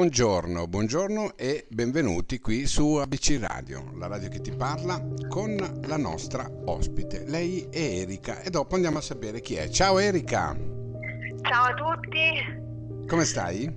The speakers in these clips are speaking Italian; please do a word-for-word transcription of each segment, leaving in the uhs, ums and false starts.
Buongiorno, buongiorno e benvenuti qui su A B C Radio, la radio che ti parla con la nostra ospite. Lei è Erika e dopo andiamo a sapere chi è. Ciao Erika! Ciao a tutti, Come stai?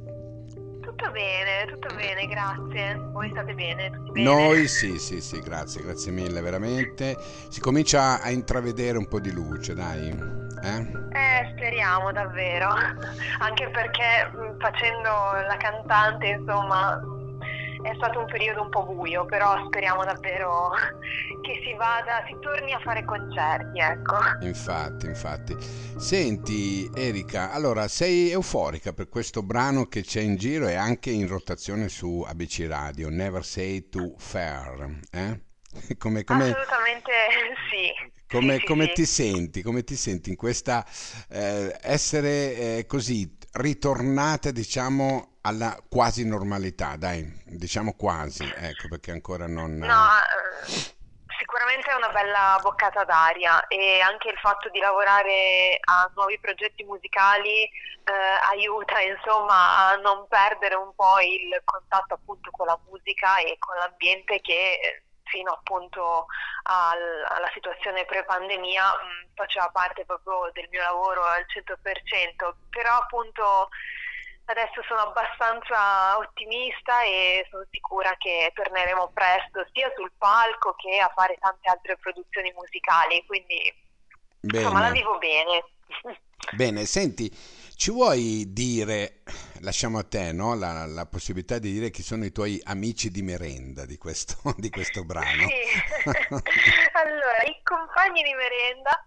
tutto bene, tutto bene, grazie. Voi state bene? Tutti Noi bene? sì, sì, sì, grazie, grazie mille, veramente. Si comincia a intravedere un po' di luce, dai. Eh? Eh, speriamo davvero, anche perché mh, facendo la cantante, insomma, mh, è stato un periodo un po' buio, però speriamo davvero che si vada, si torni a fare concerti, ecco. Infatti, infatti. Senti, Erika, allora sei euforica per questo brano che c'è in giro e anche in rotazione su A B C Radio, Never Say to Fair, eh? Come, come, Assolutamente sì, sì, come, sì, come sì. ti senti? Come ti senti in questa eh, essere eh, così ritornata, diciamo, alla quasi normalità, dai, diciamo quasi, ecco, perché ancora No, non... eh, sicuramente è una bella boccata d'aria e anche il fatto di lavorare a nuovi progetti musicali eh, aiuta, insomma, a non perdere un po' il contatto appunto con la musica e con l'ambiente che eh, fino appunto al- alla situazione pre-pandemia mh, faceva parte proprio del mio lavoro al cento per cento, però appunto adesso sono abbastanza ottimista e sono sicura che torneremo presto sia sul palco che a fare tante altre produzioni musicali, quindi insomma la Bene. vivo bene. Bene, senti, ci vuoi dire, lasciamo a te, no, la, la possibilità di dire chi sono i tuoi amici di merenda di questo, di questo brano? Sì, allora i compagni di merenda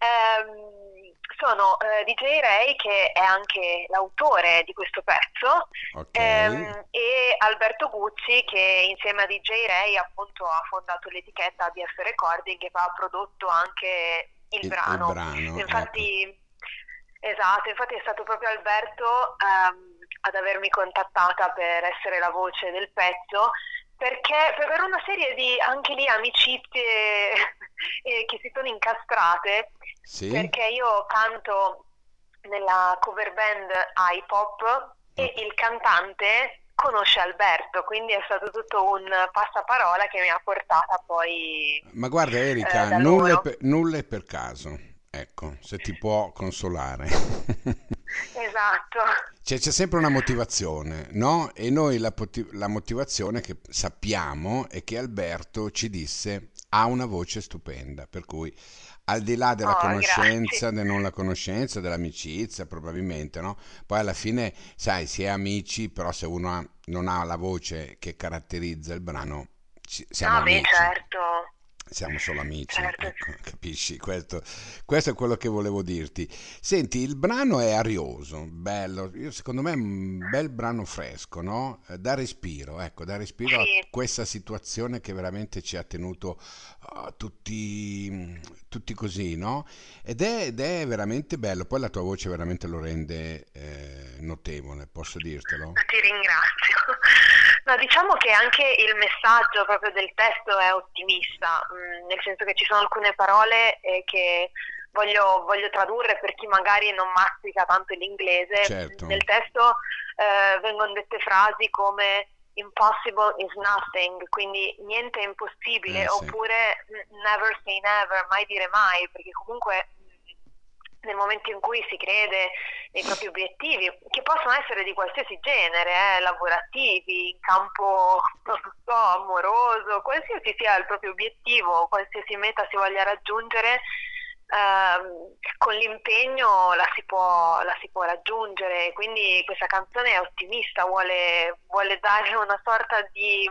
ehm, sono eh, D J Ray che è anche l'autore di questo pezzo Ok, ehm, e Alberto Gucci che insieme a D J Ray appunto ha fondato l'etichetta A B F Recording che ha prodotto anche il il, il brano. brano, ecco. Infatti, esatto, infatti è stato proprio Alberto ehm, ad avermi contattata per essere la voce del pezzo perché per una serie di anche lì amicizie eh, che si sono incastrate, Sì? perché io canto nella cover band hip hop e Ok. il cantante conosce Alberto, quindi è stato tutto un passaparola che mi ha portata poi Ma guarda eh, Erika, da nulla è loro. per, nulla è per caso, ecco, se ti può consolare. Esatto. C'è, c'è sempre una motivazione, no? E noi la, poti- la motivazione che sappiamo è che Alberto ci disse ha una voce stupenda, per cui al di là della Oh, grazie. conoscenza, della non la conoscenza, dell'amicizia probabilmente, no? Poi alla fine, sai, si è amici, però se uno ha- non ha la voce che caratterizza il brano, ci- siamo Ah, beh, amici. certo. Siamo solo amici, Certo. ecco, capisci? Questo, questo è quello che volevo dirti. Senti, il brano è arioso, bello, io, secondo me è un bel brano fresco, no? Eh, Da respiro, ecco, da respiro a Sì. questa situazione che veramente ci ha tenuto ah, tutti, tutti così, no? Ed è, ed è veramente bello, poi la tua voce veramente lo rende eh, notevole, posso dirtelo? Ti ringrazio. No, diciamo che anche il messaggio proprio del testo è ottimista, mm, nel senso che ci sono alcune parole eh, che voglio, voglio tradurre per chi magari non mastica tanto l'inglese. Certo, Nel testo eh, vengono dette frasi come impossible is nothing, quindi niente è eh impossibile, sì, oppure mm, never say never, mai dire mai, perché comunque mm, nel momento in cui si crede nei propri obiettivi, che possono essere di qualsiasi genere, eh, lavorativi, in campo, non lo so, amoroso, qualsiasi sia il proprio obiettivo, qualsiasi meta si voglia raggiungere, ehm, con l'impegno la si può, la si può raggiungere. Quindi questa canzone è ottimista, vuole, vuole dare una sorta di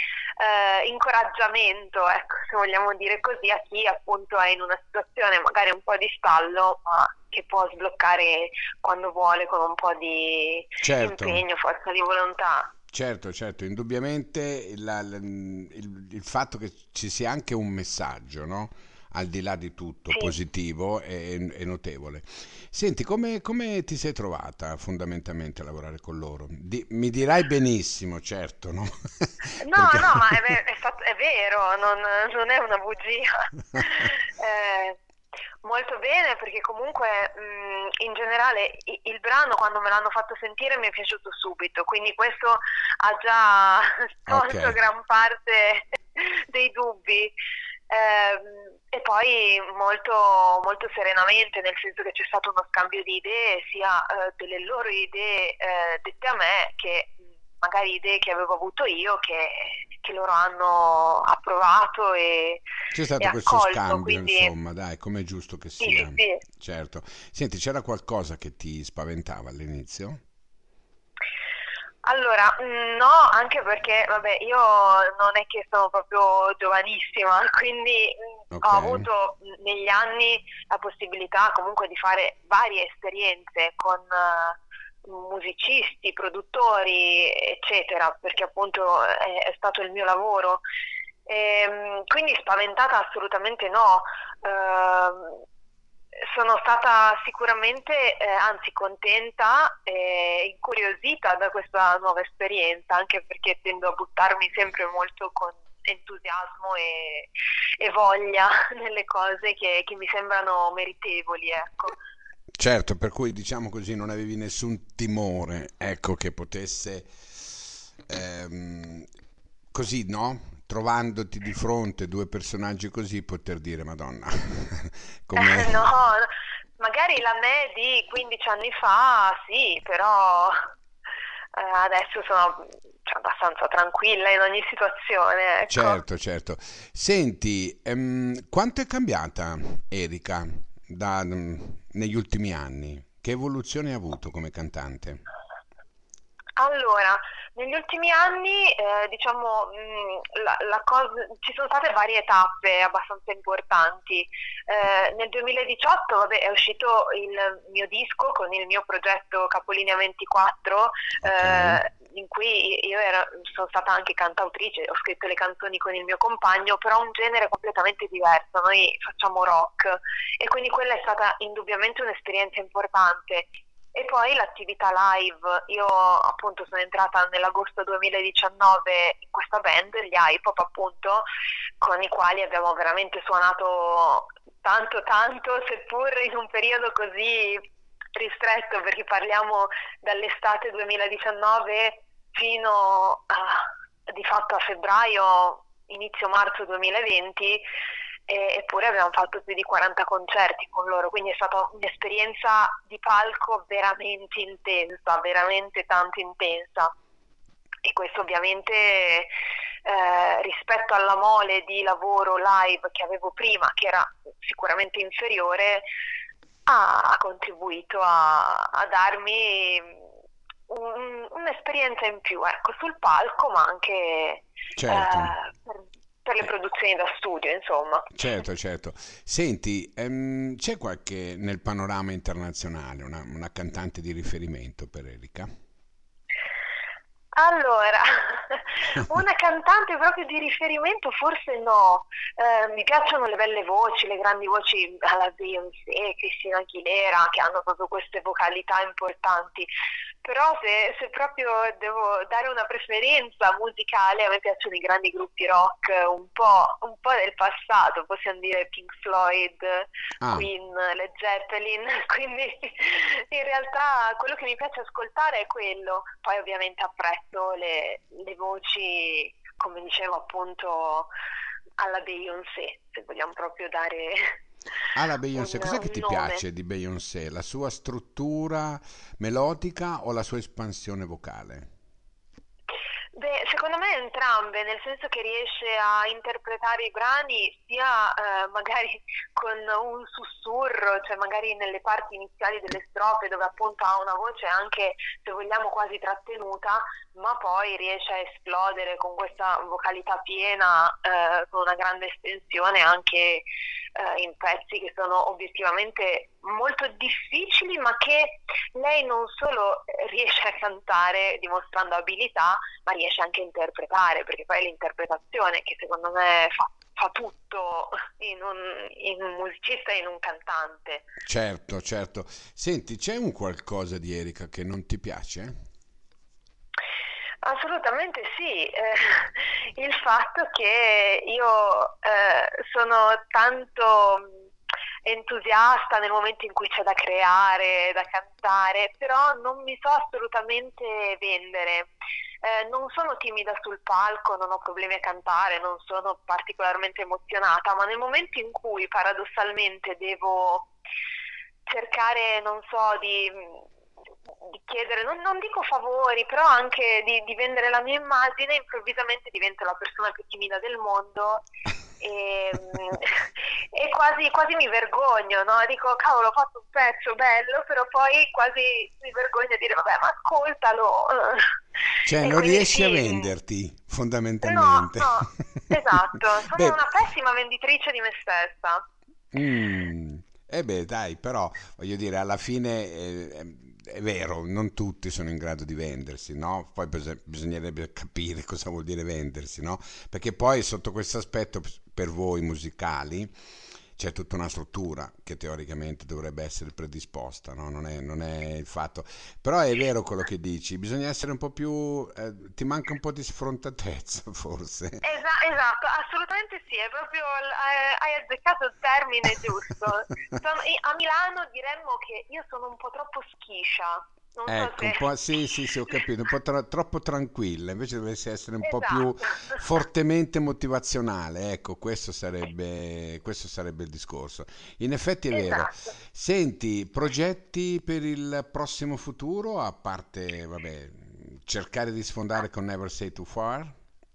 eh, incoraggiamento, ecco, se vogliamo dire così, a chi appunto è in una situazione magari un po' di stallo, ma che può sbloccare quando vuole con un po' di certo. impegno, forza di volontà. Certo, certo, indubbiamente la- la- il, il fatto che ci sia anche un messaggio, no? Al di là di tutto, Sì. positivo è, è notevole. Senti, come, come ti sei trovata fondamentalmente a lavorare con loro? Di- mi dirai benissimo, certo, no? No, Perché... no, ma è, ve- è fat- è vero, non, non è una bugia. Eh, molto bene perché comunque mh, in generale i- il brano quando me l'hanno fatto sentire mi è piaciuto subito, quindi questo ha già Ok. tolto gran parte dei dubbi. Ehm, e poi molto, molto serenamente, nel senso che c'è stato uno scambio di idee, sia eh, delle loro idee eh, dette a me, che mh, magari idee che avevo avuto io, che, che loro hanno approvato e, C'è e stato questo accolto. scambio, Quindi insomma, dai, come è giusto che sì, sì, sia. sì. Certo. Senti, c'era qualcosa che ti spaventava all'inizio? Allora, mm, no, anche perché, vabbè, io non è che sono proprio giovanissima, quindi mm, ho Ok. avuto mm, negli anni la possibilità comunque di fare varie esperienze con eh, musicisti, produttori, eccetera, perché appunto è, è stato il mio lavoro. Ehm, quindi spaventata assolutamente no. Ehm, sono stata sicuramente, eh, anzi contenta e incuriosita da questa nuova esperienza, anche perché tendo a buttarmi sempre molto con entusiasmo e, e voglia nelle cose che, che mi sembrano meritevoli, ecco. Certo, per cui diciamo così non avevi nessun timore, ecco, che potesse ehm, così, no? Trovandoti di fronte due personaggi così, poter dire, Madonna, come... No, no, magari la me di quindici anni fa, sì, però eh, adesso sono cioè, abbastanza tranquilla in ogni situazione, ecco. Certo, certo. Senti, ehm, quanto è cambiata Erika da- mm, negli ultimi anni? Che evoluzione ha avuto come cantante? Allora, negli ultimi anni, eh, diciamo, mh, la, la cosa- ci sono state varie tappe abbastanza importanti. Eh, nel duemiladiciotto, vabbè, è uscito il mio disco con il mio progetto Capolinea ventiquattro, Ok, eh, in cui io era- sono stata anche cantautrice, ho scritto le canzoni con il mio compagno, però un genere completamente diverso. Noi facciamo rock e quindi quella è stata indubbiamente un'esperienza importante. E poi l'attività live, io appunto sono entrata nell'agosto duemiladiciannove in questa band, gli iPop appunto, con i quali abbiamo veramente suonato tanto tanto, seppur in un periodo così ristretto, perché parliamo dall'estate duemiladiciannove fino a, di fatto a febbraio, inizio marzo duemilaventi, e- eppure abbiamo fatto più di quaranta concerti con loro, quindi è stata un'esperienza di palco veramente intensa, veramente tanto intensa. E questo ovviamente eh, rispetto alla mole di lavoro live che avevo prima, che era sicuramente inferiore, ha, ha contribuito a, a darmi un- un'esperienza in più, ecco, sul palco, ma anche eh, certo. per, per le Eh, produzioni da studio, insomma. certo, certo. Senti, ehm, c'è qualche nel panorama internazionale una, una cantante di riferimento per Erika? Allora, una cantante proprio di riferimento forse no. Eh, mi piacciono le belle voci, le grandi voci alla Beyoncé, Cristina Aguilera, che hanno proprio queste vocalità importanti. Però se, se proprio devo dare una preferenza musicale, a me piacciono i grandi gruppi rock, un po', un po' del passato, possiamo dire Pink Floyd, Ah, Queen, Led Zeppelin, quindi in realtà quello che mi piace ascoltare è quello, poi ovviamente apprezzo le, le voci, come dicevo appunto, alla Beyoncé, se vogliamo proprio dare alla un, Beyoncé, cos'è che un ti nome. piace di Beyoncé? La sua struttura melodica o la sua espansione vocale? Beh, secondo me entrambe, nel senso che riesce a interpretare i brani sia eh, magari con un sussurro, cioè magari nelle parti iniziali delle strofe dove appunto ha una voce anche, se vogliamo, quasi trattenuta, ma poi riesce a esplodere con questa vocalità piena, eh, con una grande estensione anche eh, in pezzi che sono obiettivamente molto difficili, ma che lei non solo riesce a cantare dimostrando abilità, ma riesce anche a interpretare, perché poi è l'interpretazione che secondo me fa, fa tutto in un, in un musicista e in un cantante. Certo, certo. Senti, c'è un qualcosa di Erika che non ti piace? Assolutamente sì, eh, il fatto che io eh, sono tanto entusiasta nel momento in cui c'è da creare, da cantare, però non mi so assolutamente vendere. Eh, non sono timida sul palco, non ho problemi a cantare, non sono particolarmente emozionata, ma nel momento in cui paradossalmente devo cercare, non so, di, di chiedere, non, non dico favori, però anche di, di vendere la mia immagine, improvvisamente divento la persona più timida del mondo e, e quasi, quasi mi vergogno, no? Dico, cavolo, ho fatto un pezzo bello, però poi quasi mi vergogno a dire, vabbè, ma ascoltalo. Cioè, E non quindi riesci a sì. venderti, No, fondamentalmente. no, esatto, sono Beh, una pessima venditrice di me stessa. mm, eh beh, dai, però voglio dire, alla fine eh, è, è vero, non tutti sono in grado di vendersi, no? Poi bise- bisognerebbe capire cosa vuol dire vendersi, no? Perché poi sotto questo aspetto, p- per voi musicali, c'è tutta una struttura che teoricamente dovrebbe essere predisposta, no? Non è, non è il fatto. Però è vero quello che dici, bisogna essere un po' più, eh, ti manca un po' di sfrontatezza, forse. Esa- esatto, assolutamente sì, è proprio, l- hai hai azzeccato il termine giusto. Sono- i- a Milano diremmo che io sono un po' troppo schiscia, non so Ecco, se... un po', sì, sì, sì, ho capito, un po' tra- troppo tranquilla, invece dovesse essere un po' più Esatto. fortemente motivazionale, ecco, questo sarebbe, questo sarebbe il discorso. In effetti è vero. Esatto. Senti, progetti per il prossimo futuro, a parte, vabbè, cercare di sfondare con Never Say Too Far?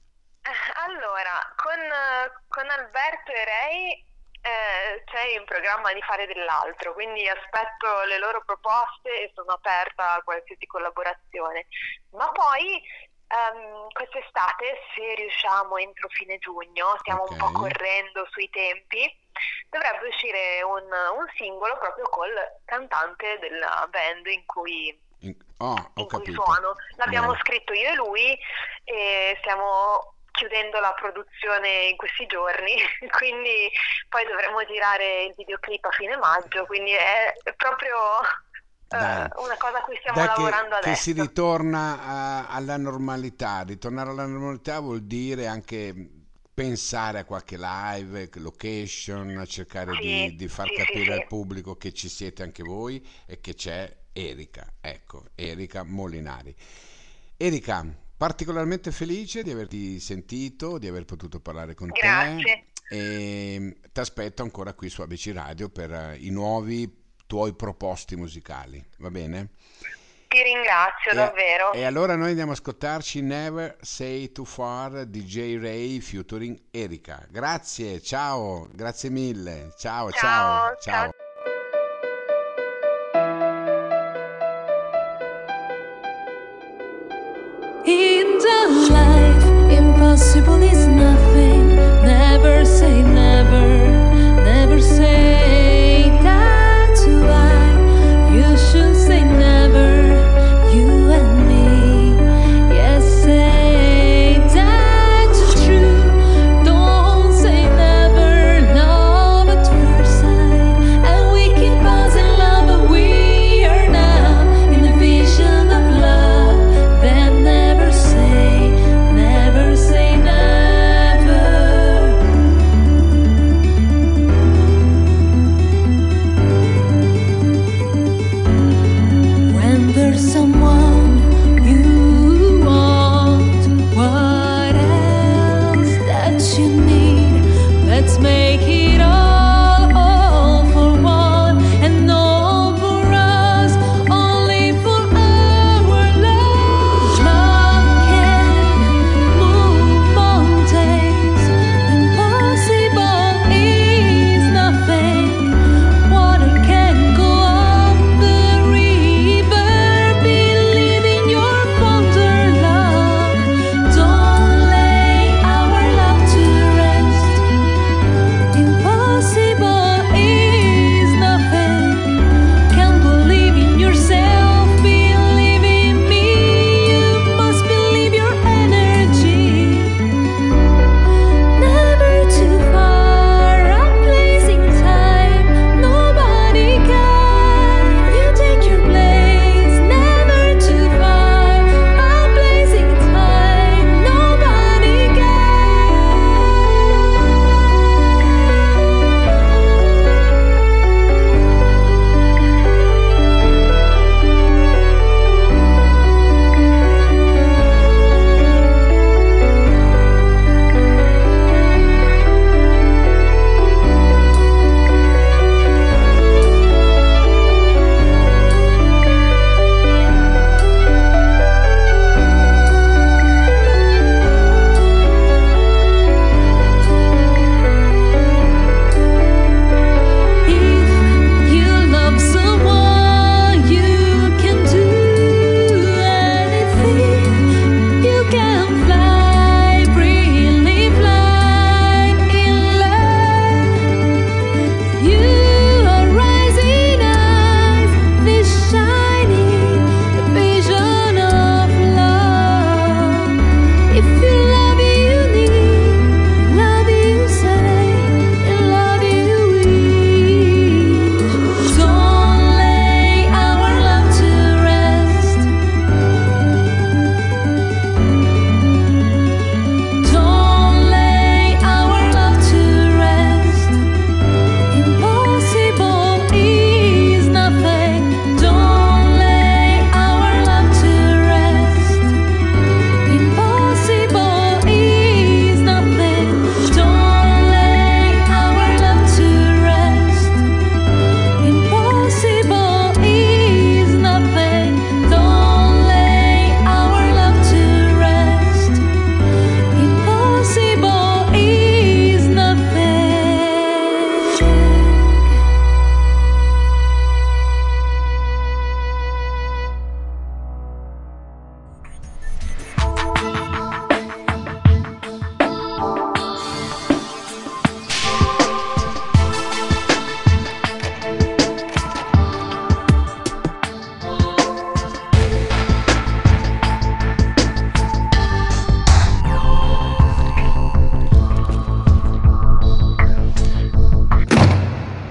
Allora, con, eh, con Alberto e Ray eh, c'è in programma di fare dell'altro, quindi aspetto le loro proposte e sono aperta a qualsiasi collaborazione. Ma poi ehm, quest'estate, se riusciamo entro fine giugno, stiamo Ok. un po' correndo sui tempi, dovrebbe uscire un, un singolo proprio col cantante della band in cui In- Oh, ho in cui capito. suono. L'abbiamo Bene. scritto io e lui e stiamo chiudendo la produzione in questi giorni, quindi poi dovremo girare il videoclip a fine maggio, quindi è proprio Dai, eh, una cosa a cui stiamo dai che, lavorando che si adesso. ritorna a- alla normalità. Ritornare alla normalità vuol dire anche pensare a qualche live, location, a cercare di, Sì, di far sì, sì, capire al sì. pubblico che ci siete anche voi e che c'è Erika. Ecco, Erika Molinari. Erika, particolarmente felice di averti sentito, di aver potuto parlare con te Grazie, e ti aspetto ancora qui su A B C Radio per eh, i nuovi tuoi proposti musicali, va bene? ti ringrazio E, davvero. e allora noi andiamo a ascoltarci Never Say Too Far di J. Ray featuring Erika. Grazie, ciao, grazie mille. Ciao, ciao, Ciao, ciao. ciao. In the life, impossible is nothing. Never say never, never say.